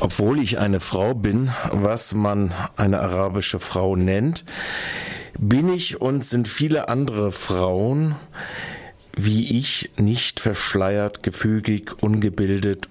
Obwohl ich eine Frau bin, was man eine arabische Frau nennt, bin ich und sind viele andere Frauen wie ich nicht verschleiert, gefügig, ungebildet,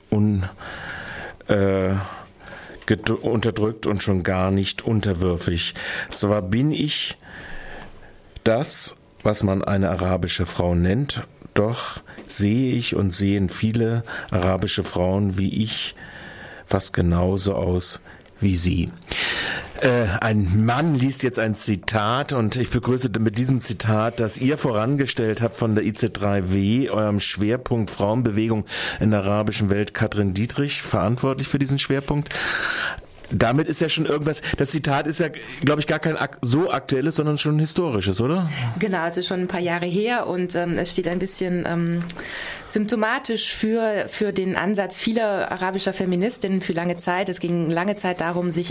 unterdrückt und schon gar nicht unterwürfig. Zwar bin ich das, was man eine arabische Frau nennt, doch sehe ich und sehen viele arabische Frauen wie ich fast genauso aus wie sie. Ein Mann liest jetzt ein Zitat und ich begrüße mit diesem Zitat, das ihr vorangestellt habt von der IZ3W, eurem Schwerpunkt Frauenbewegung in der arabischen Welt, Katrin Dietrich, verantwortlich für diesen Schwerpunkt. Damit ist ja schon irgendwas, das Zitat ist ja, glaube ich, gar kein so aktuelles, sondern schon ein historisches, oder? Genau, also schon ein paar Jahre her und es steht ein bisschen symptomatisch für den Ansatz vieler arabischer Feministinnen für lange Zeit. Es ging lange Zeit darum, es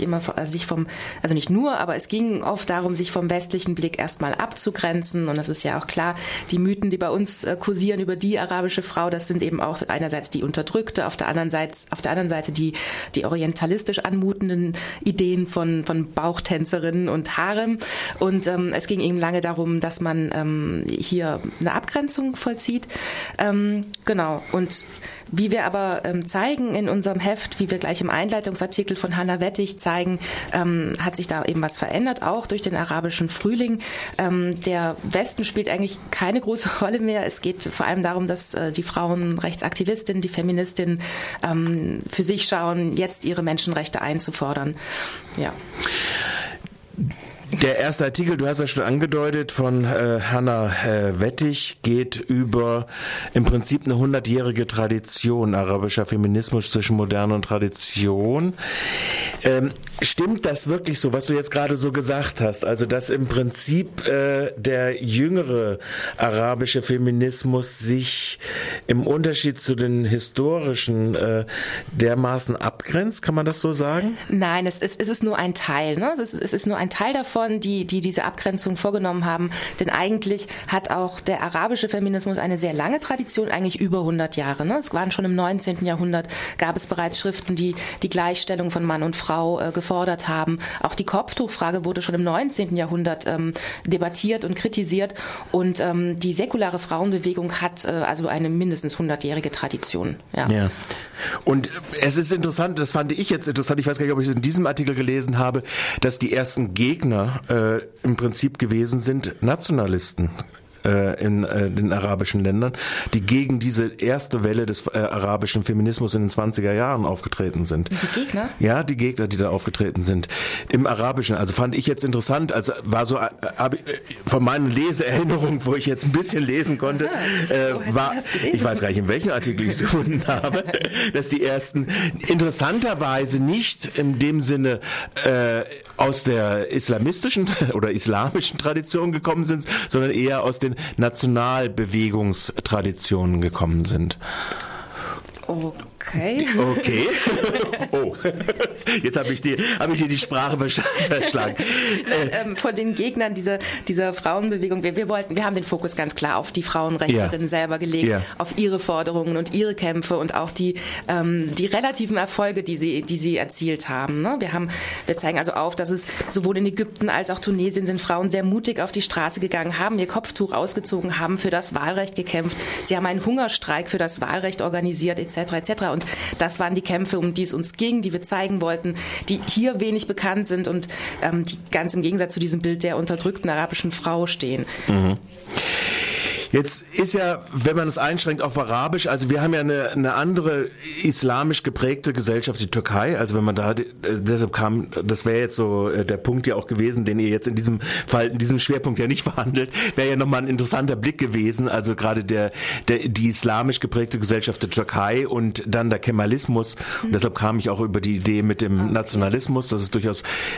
ging oft darum, sich vom westlichen Blick erstmal abzugrenzen und das ist ja auch klar, die Mythen, die bei uns kursieren über die arabische Frau, das sind eben auch einerseits die Unterdrückte, auf der anderen Seite die orientalistisch anmutenden Ideen von Bauchtänzerinnen und Harem. Und es ging eben lange darum, dass man hier eine Abgrenzung vollzieht. Genau. Und wie wir aber zeigen in unserem Heft, wie wir gleich im Einleitungsartikel von Hannah Wettig zeigen, hat sich da eben was verändert, auch durch den arabischen Frühling. Der Westen spielt eigentlich keine große Rolle mehr. Es geht vor allem darum, dass die Frauenrechtsaktivistinnen, die Feministinnen für sich schauen, jetzt ihre Menschenrechte einzufordern. Ja. Der erste Artikel, du hast ja schon angedeutet, von Hannah Wettig, geht über im Prinzip eine 100-jährige Tradition arabischer Feminismus zwischen Moderne und Tradition. Stimmt das wirklich so, was du jetzt gerade so gesagt hast? Also, dass im Prinzip der jüngere arabische Feminismus sich im Unterschied zu den historischen dermaßen abgrenzt? Kann man das so sagen? Nein, es ist nur ein Teil. Ne? Es ist nur ein Teil davon, die diese Abgrenzung vorgenommen haben. Denn eigentlich hat auch der arabische Feminismus eine sehr lange Tradition, eigentlich über 100 Jahre. Ne? Es waren schon im 19. Jahrhundert, gab es bereits Schriften, die Gleichstellung von Mann und Frau gefordert haben. Auch die Kopftuchfrage wurde schon im 19. Jahrhundert debattiert und kritisiert. Und die säkulare Frauenbewegung hat also eine mindestens 100-jährige Tradition. Ja. Und es ist interessant, das fand ich jetzt interessant, ich weiß gar nicht, ob ich es in diesem Artikel gelesen habe, dass die ersten Gegner im Prinzip gewesen sind Nationalisten in den arabischen Ländern, die gegen diese erste Welle des arabischen Feminismus in den 20er Jahren aufgetreten sind. Die Gegner? Ja, die Gegner, die da aufgetreten sind. Im Arabischen, also fand ich jetzt interessant, also war so von meinen Leseerinnerungen, wo ich jetzt ein bisschen lesen konnte, ich weiß gar nicht, in welchem Artikel ich es gefunden habe, dass die ersten interessanterweise nicht in dem Sinne aus der islamistischen oder islamischen Tradition gekommen sind, sondern eher aus den Nationalbewegungstraditionen gekommen sind. Okay. Oh, jetzt habe ich dir die Sprache verschlagen. Von den Gegnern dieser Frauenbewegung, wir haben den Fokus ganz klar auf die Frauenrechtlerinnen selber gelegt, auf ihre Forderungen und ihre Kämpfe und auch die relativen Erfolge, die sie erzielt haben. Ne? Wir zeigen also auf, dass es sowohl in Ägypten als auch Tunesien sind Frauen sehr mutig auf die Straße gegangen, haben ihr Kopftuch ausgezogen, haben für das Wahlrecht gekämpft. Sie haben einen Hungerstreik für das Wahlrecht organisiert, etc. Und das waren die Kämpfe, um die es uns ging, die wir zeigen wollten, die hier wenig bekannt sind und die ganz im Gegensatz zu diesem Bild der unterdrückten arabischen Frau stehen. Mhm. Jetzt ist ja, wenn man es einschränkt auf Arabisch, also wir haben ja eine andere islamisch geprägte Gesellschaft, die Türkei, also wenn man da, deshalb das wäre jetzt so der Punkt ja auch gewesen, den ihr jetzt in diesem Fall, in diesem Schwerpunkt ja nicht verhandelt, wäre ja nochmal ein interessanter Blick gewesen, also gerade die islamisch geprägte Gesellschaft der Türkei und dann der Kemalismus, und deshalb kam ich auch über die Idee mit dem Nationalismus, das ist durchaus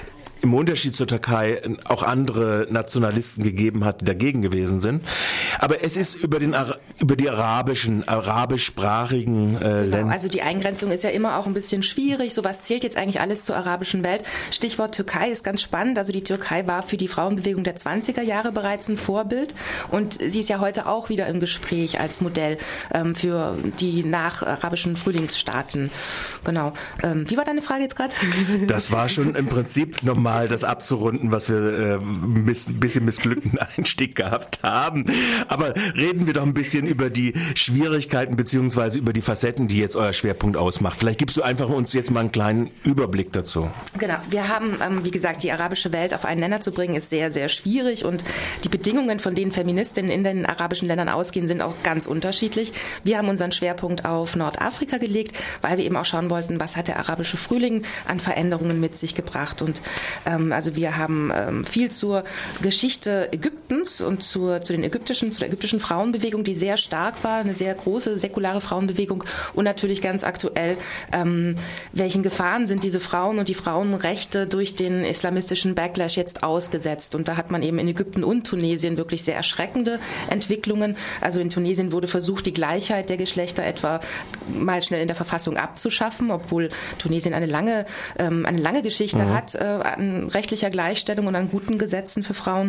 im Unterschied zur Türkei auch andere Nationalisten gegeben hat, die dagegen gewesen sind. Aber es ist über die arabischsprachigen Länder. Also die Eingrenzung ist ja immer auch ein bisschen schwierig. So was zählt jetzt eigentlich alles zur arabischen Welt. Stichwort Türkei ist ganz spannend. Also die Türkei war für die Frauenbewegung der 20er Jahre bereits ein Vorbild und sie ist ja heute auch wieder im Gespräch als Modell für die nach-arabischen Frühlingsstaaten. Genau. Wie war deine Frage jetzt gerade? Das war schon im Prinzip normal, das abzurunden, was wir ein bisschen missglückten Einstieg gehabt haben. Aber reden wir doch ein bisschen über die Schwierigkeiten beziehungsweise über die Facetten, die jetzt euer Schwerpunkt ausmacht. Vielleicht gibst du einfach uns jetzt mal einen kleinen Überblick dazu. Genau. Wir haben, wie gesagt, die arabische Welt auf einen Nenner zu bringen, ist sehr, sehr schwierig und die Bedingungen, von denen Feministinnen in den arabischen Ländern ausgehen, sind auch ganz unterschiedlich. Wir haben unseren Schwerpunkt auf Nordafrika gelegt, weil wir eben auch schauen wollten, was hat der arabische Frühling an Veränderungen mit sich gebracht. Und also wir haben viel zur Geschichte Ägyptens und zur ägyptischen Frauenbewegung, die sehr stark war, eine sehr große säkulare Frauenbewegung und natürlich ganz aktuell, welchen Gefahren sind diese Frauen und die Frauenrechte durch den islamistischen Backlash jetzt ausgesetzt. Und da hat man eben in Ägypten und Tunesien wirklich sehr erschreckende Entwicklungen. Also in Tunesien wurde versucht, die Gleichheit der Geschlechter etwa mal schnell in der Verfassung abzuschaffen, obwohl Tunesien eine lange Geschichte hat an rechtlicher Gleichstellung und an guten Gesetzen für Frauen.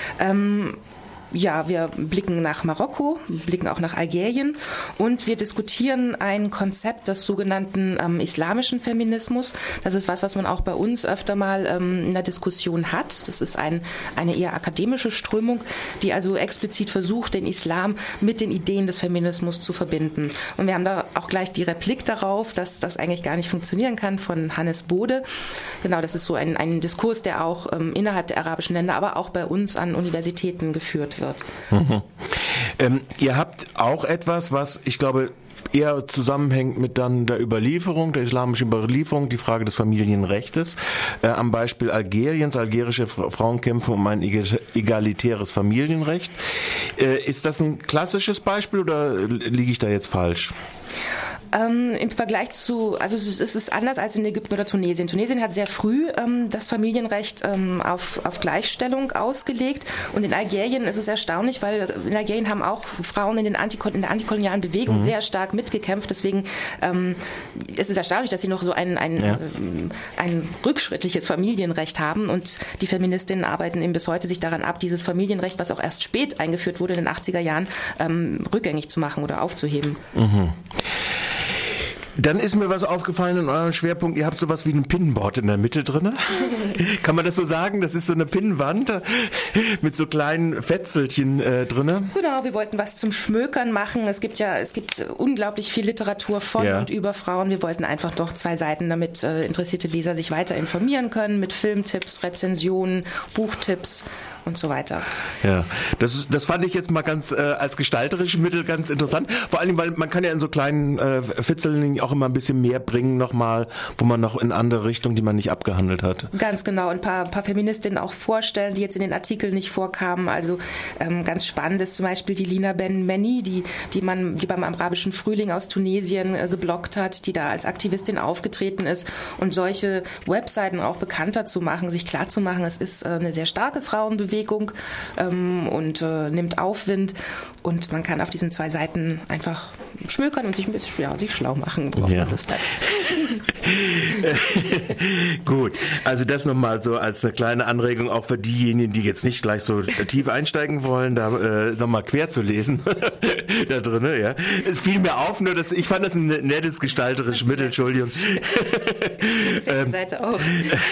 Ja, wir blicken nach Marokko, blicken auch nach Algerien und wir diskutieren ein Konzept des sogenannten islamischen Feminismus. Das ist was man auch bei uns öfter mal in der Diskussion hat. Das ist eine eher akademische Strömung, die also explizit versucht, den Islam mit den Ideen des Feminismus zu verbinden. Und wir haben da auch gleich die Replik darauf, dass das eigentlich gar nicht funktionieren kann, von Hannes Bode. Genau, das ist so ein Diskurs, der auch innerhalb der arabischen Länder, aber auch bei uns an Universitäten geführt wird. Mhm. Ihr habt auch etwas, was ich glaube eher zusammenhängt mit dann der Überlieferung, der islamischen Überlieferung, die Frage des Familienrechtes. Am Beispiel Algeriens, algerische Frauen kämpfen um ein egalitäres Familienrecht. Ist das ein klassisches Beispiel oder liege ich da jetzt falsch? Im Vergleich also es ist anders als in Ägypten oder Tunesien. Tunesien hat sehr früh das Familienrecht auf Gleichstellung ausgelegt und in Algerien ist es erstaunlich, weil in Algerien haben auch Frauen in der antikolonialen Bewegung sehr stark mitgekämpft. Deswegen ist es erstaunlich, dass sie noch so ein rückschrittliches Familienrecht haben und die Feministinnen arbeiten eben bis heute sich daran ab, dieses Familienrecht, was auch erst spät eingeführt wurde in den 80er Jahren, rückgängig zu machen oder aufzuheben. Mhm. Dann ist mir was aufgefallen in eurem Schwerpunkt. Ihr habt sowas wie ein Pinnenboard in der Mitte drin. Kann man das so sagen? Das ist so eine Pinnenwand mit so kleinen Fetzelchen drin. Genau, wir wollten was zum Schmökern machen. Es gibt unglaublich viel Literatur von und über Frauen. Wir wollten einfach doch 2 Seiten, damit interessierte Leser sich weiter informieren können mit Filmtipps, Rezensionen, Buchtipps und so weiter. Ja, das fand ich jetzt mal ganz als gestalterisches Mittel ganz interessant. Vor allem, weil man kann ja in so kleinen Fitzeln auch immer ein bisschen mehr bringen nochmal, wo man noch in andere Richtungen, die man nicht abgehandelt hat. Ganz genau. Ein paar Feministinnen auch vorstellen, die jetzt in den Artikeln nicht vorkamen. Also ganz spannend ist zum Beispiel die Lina Ben Meni, die beim arabischen Frühling aus Tunesien gebloggt hat, die da als Aktivistin aufgetreten ist und solche Webseiten auch bekannter zu machen, sich klar zu machen, es ist eine sehr starke Frauenbewegung und nimmt Aufwind und man kann auf diesen 2 Seiten einfach schmökern und sich ein bisschen sich schlau machen, worauf man Lust hat. Gut, also das nochmal so als eine kleine Anregung auch für diejenigen, die jetzt nicht gleich so tief einsteigen wollen, da nochmal quer zu lesen da drin, ja. Es fiel mir auf, nur ich fand das ein nettes gestalterisches Mittel, Entschuldigung. Seite auch.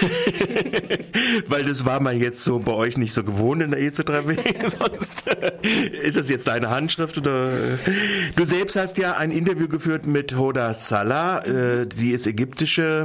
Weil das war man jetzt so bei euch nicht so gewohnt in der EZ3W, sonst ist das jetzt deine Handschrift oder? Du selbst hast ja ein Interview geführt mit Hoda Salah, sie ist ägyptische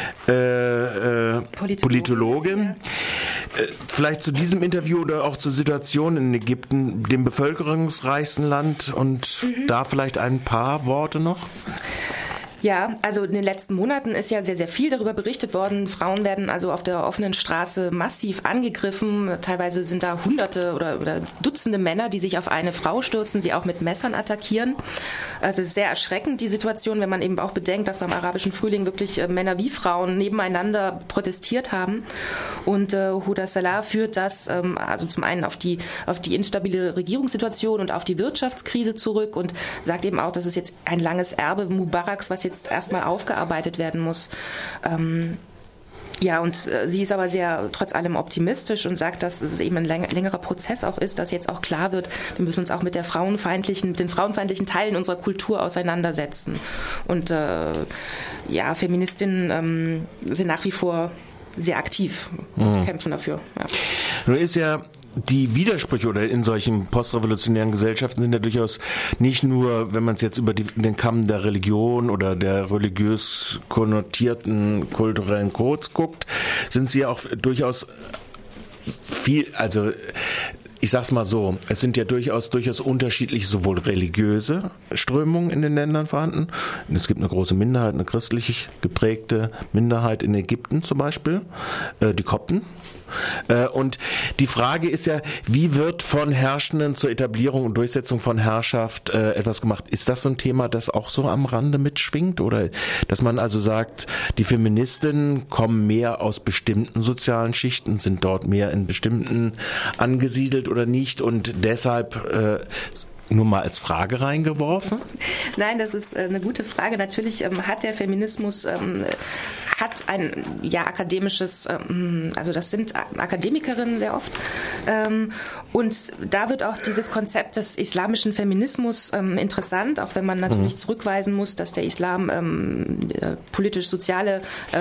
Politologin. Vielleicht zu diesem Interview oder auch zur Situation in Ägypten, dem bevölkerungsreichsten Land und da vielleicht ein paar Worte noch? Ja, also in den letzten Monaten ist ja sehr, sehr viel darüber berichtet worden. Frauen werden also auf der offenen Straße massiv angegriffen. Teilweise sind da Hunderte oder Dutzende Männer, die sich auf eine Frau stürzen, sie auch mit Messern attackieren. Also es ist sehr erschreckend, die Situation, wenn man eben auch bedenkt, dass beim arabischen Frühling wirklich Männer wie Frauen nebeneinander protestiert haben. Und Huda Salah führt das also zum einen auf die instabile Regierungssituation und auf die Wirtschaftskrise zurück und sagt eben auch, dass es jetzt ein langes Erbe Mubaraks, was jetzt erstmal aufgearbeitet werden muss. Ja, und sie ist aber sehr trotz allem optimistisch und sagt, dass es eben ein längerer Prozess auch ist, dass jetzt auch klar wird, wir müssen uns auch mit den frauenfeindlichen Teilen unserer Kultur auseinandersetzen. Und Feministinnen sind nach wie vor sehr aktiv und kämpfen dafür. Ja. Nun ist ja die Widersprüche oder in solchen postrevolutionären Gesellschaften sind ja durchaus nicht nur, wenn man es jetzt über den Kamm der Religion oder der religiös konnotierten kulturellen Codes guckt, sind sie ja auch durchaus viel, also ich sag's mal so, es sind ja durchaus unterschiedliche, sowohl religiöse Strömungen in den Ländern vorhanden. Es gibt eine große Minderheit, eine christlich geprägte Minderheit in Ägypten zum Beispiel, die Kopten. Und die Frage ist ja, wie wird von Herrschenden zur Etablierung und Durchsetzung von Herrschaft etwas gemacht? Ist das so ein Thema, das auch so am Rande mitschwingt? Oder dass man also sagt, die Feministinnen kommen mehr aus bestimmten sozialen Schichten, sind dort mehr in bestimmten angesiedelt oder nicht und deshalb nur mal als Frage reingeworfen? Nein, das ist eine gute Frage. Natürlich hat der Feminismus hat ein akademisches, also das sind Akademikerinnen sehr oft. Und da wird auch dieses Konzept des islamischen Feminismus interessant, auch wenn man natürlich zurückweisen muss, dass der Islam politisch-soziale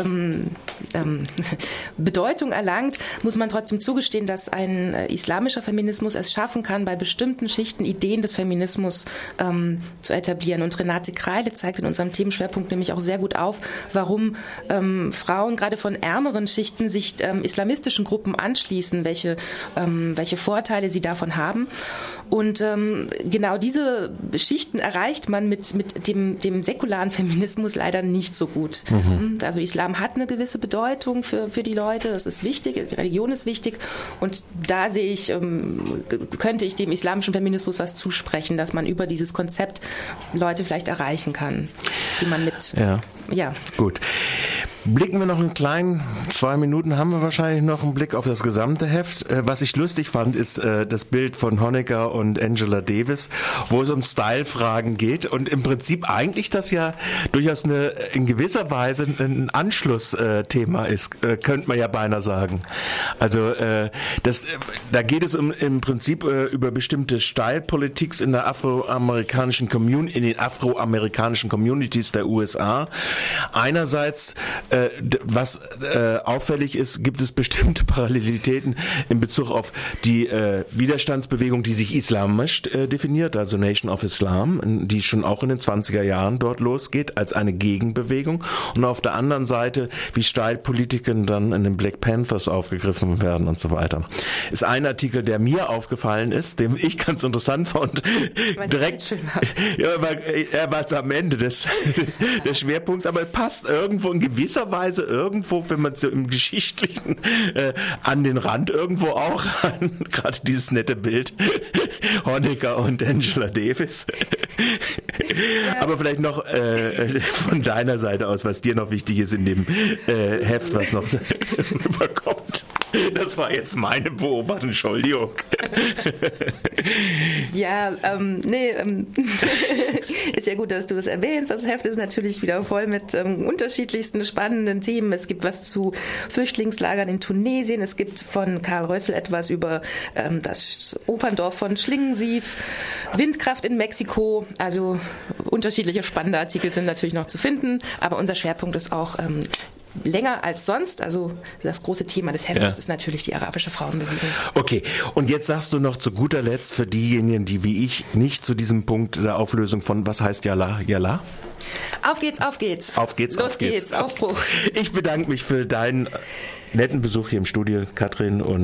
Bedeutung erlangt, muss man trotzdem zugestehen, dass ein islamischer Feminismus es schaffen kann, bei bestimmten Schichten Ideen des Feminismus zu etablieren. Und Renate Kreile zeigt in unserem Themenschwerpunkt nämlich auch sehr gut auf, warum Frauen gerade von ärmeren Schichten sich islamistischen Gruppen anschließen, welche Vorteile sie davon haben. Und genau diese Schichten erreicht man mit dem säkularen Feminismus leider nicht so gut. Also Islam hat eine gewisse Bedeutung für die Leute, das ist wichtig, die Religion ist wichtig und da sehe ich, könnte ich dem islamischen Feminismus was zusprechen, dass man über dieses Konzept Leute vielleicht erreichen kann, die man mit... Ja. Gut. Blicken wir noch einen kleinen, 2 Minuten haben wir wahrscheinlich noch einen Blick auf das gesamte Heft. Was ich lustig fand, ist das Bild von Honecker und Angela Davis, wo es um Style-Fragen geht und im Prinzip eigentlich das ja durchaus in gewisser Weise ein Anschlussthema ist, könnte man ja beinahe sagen. Also da geht es im Prinzip über bestimmte Style-Politik in den afroamerikanischen Communities der USA. Einerseits was auffällig ist, gibt es bestimmte Parallelitäten in Bezug auf die Widerstandsbewegung, die sich islamisch definiert, also Nation of Islam, die schon auch in den 20er Jahren dort losgeht, als eine Gegenbewegung. Und auf der anderen Seite, wie Style-Politiken dann in den Black Panthers aufgegriffen werden und so weiter. Ist ein Artikel, der mir aufgefallen ist, den ich ganz interessant fand. Direkt, er war am Ende des Schwerpunkts, aber passt irgendwo in gewisser Weise irgendwo, wenn man so im Geschichtlichen an den Rand irgendwo auch an, gerade dieses nette Bild, Honecker und Angela Davis. Aber vielleicht noch von deiner Seite aus, was dir noch wichtig ist in dem Heft, was noch rüberkommt. Das war jetzt meine Beobachtung, Entschuldigung. Ist ja gut, dass du das erwähnst. Das Heft ist natürlich wieder voll mit unterschiedlichsten spannenden Themen. Es gibt was zu Flüchtlingslagern in Tunesien. Es gibt von Karl Rössel etwas über das Operndorf von Schlingensief, Windkraft in Mexiko. Also unterschiedliche spannende Artikel sind natürlich noch zu finden. Aber unser Schwerpunkt ist auch länger als sonst. Also das große Thema des Heftes ist natürlich die arabische Frauenbewegung. Okay, und jetzt sagst du noch zu guter Letzt für diejenigen, die wie ich nicht zu diesem Punkt der Auflösung von was heißt Yalla? Auf geht's, auf geht's. Los geht's, Aufbruch. Ich bedanke mich für deinen netten Besuch hier im Studio, Katrin, und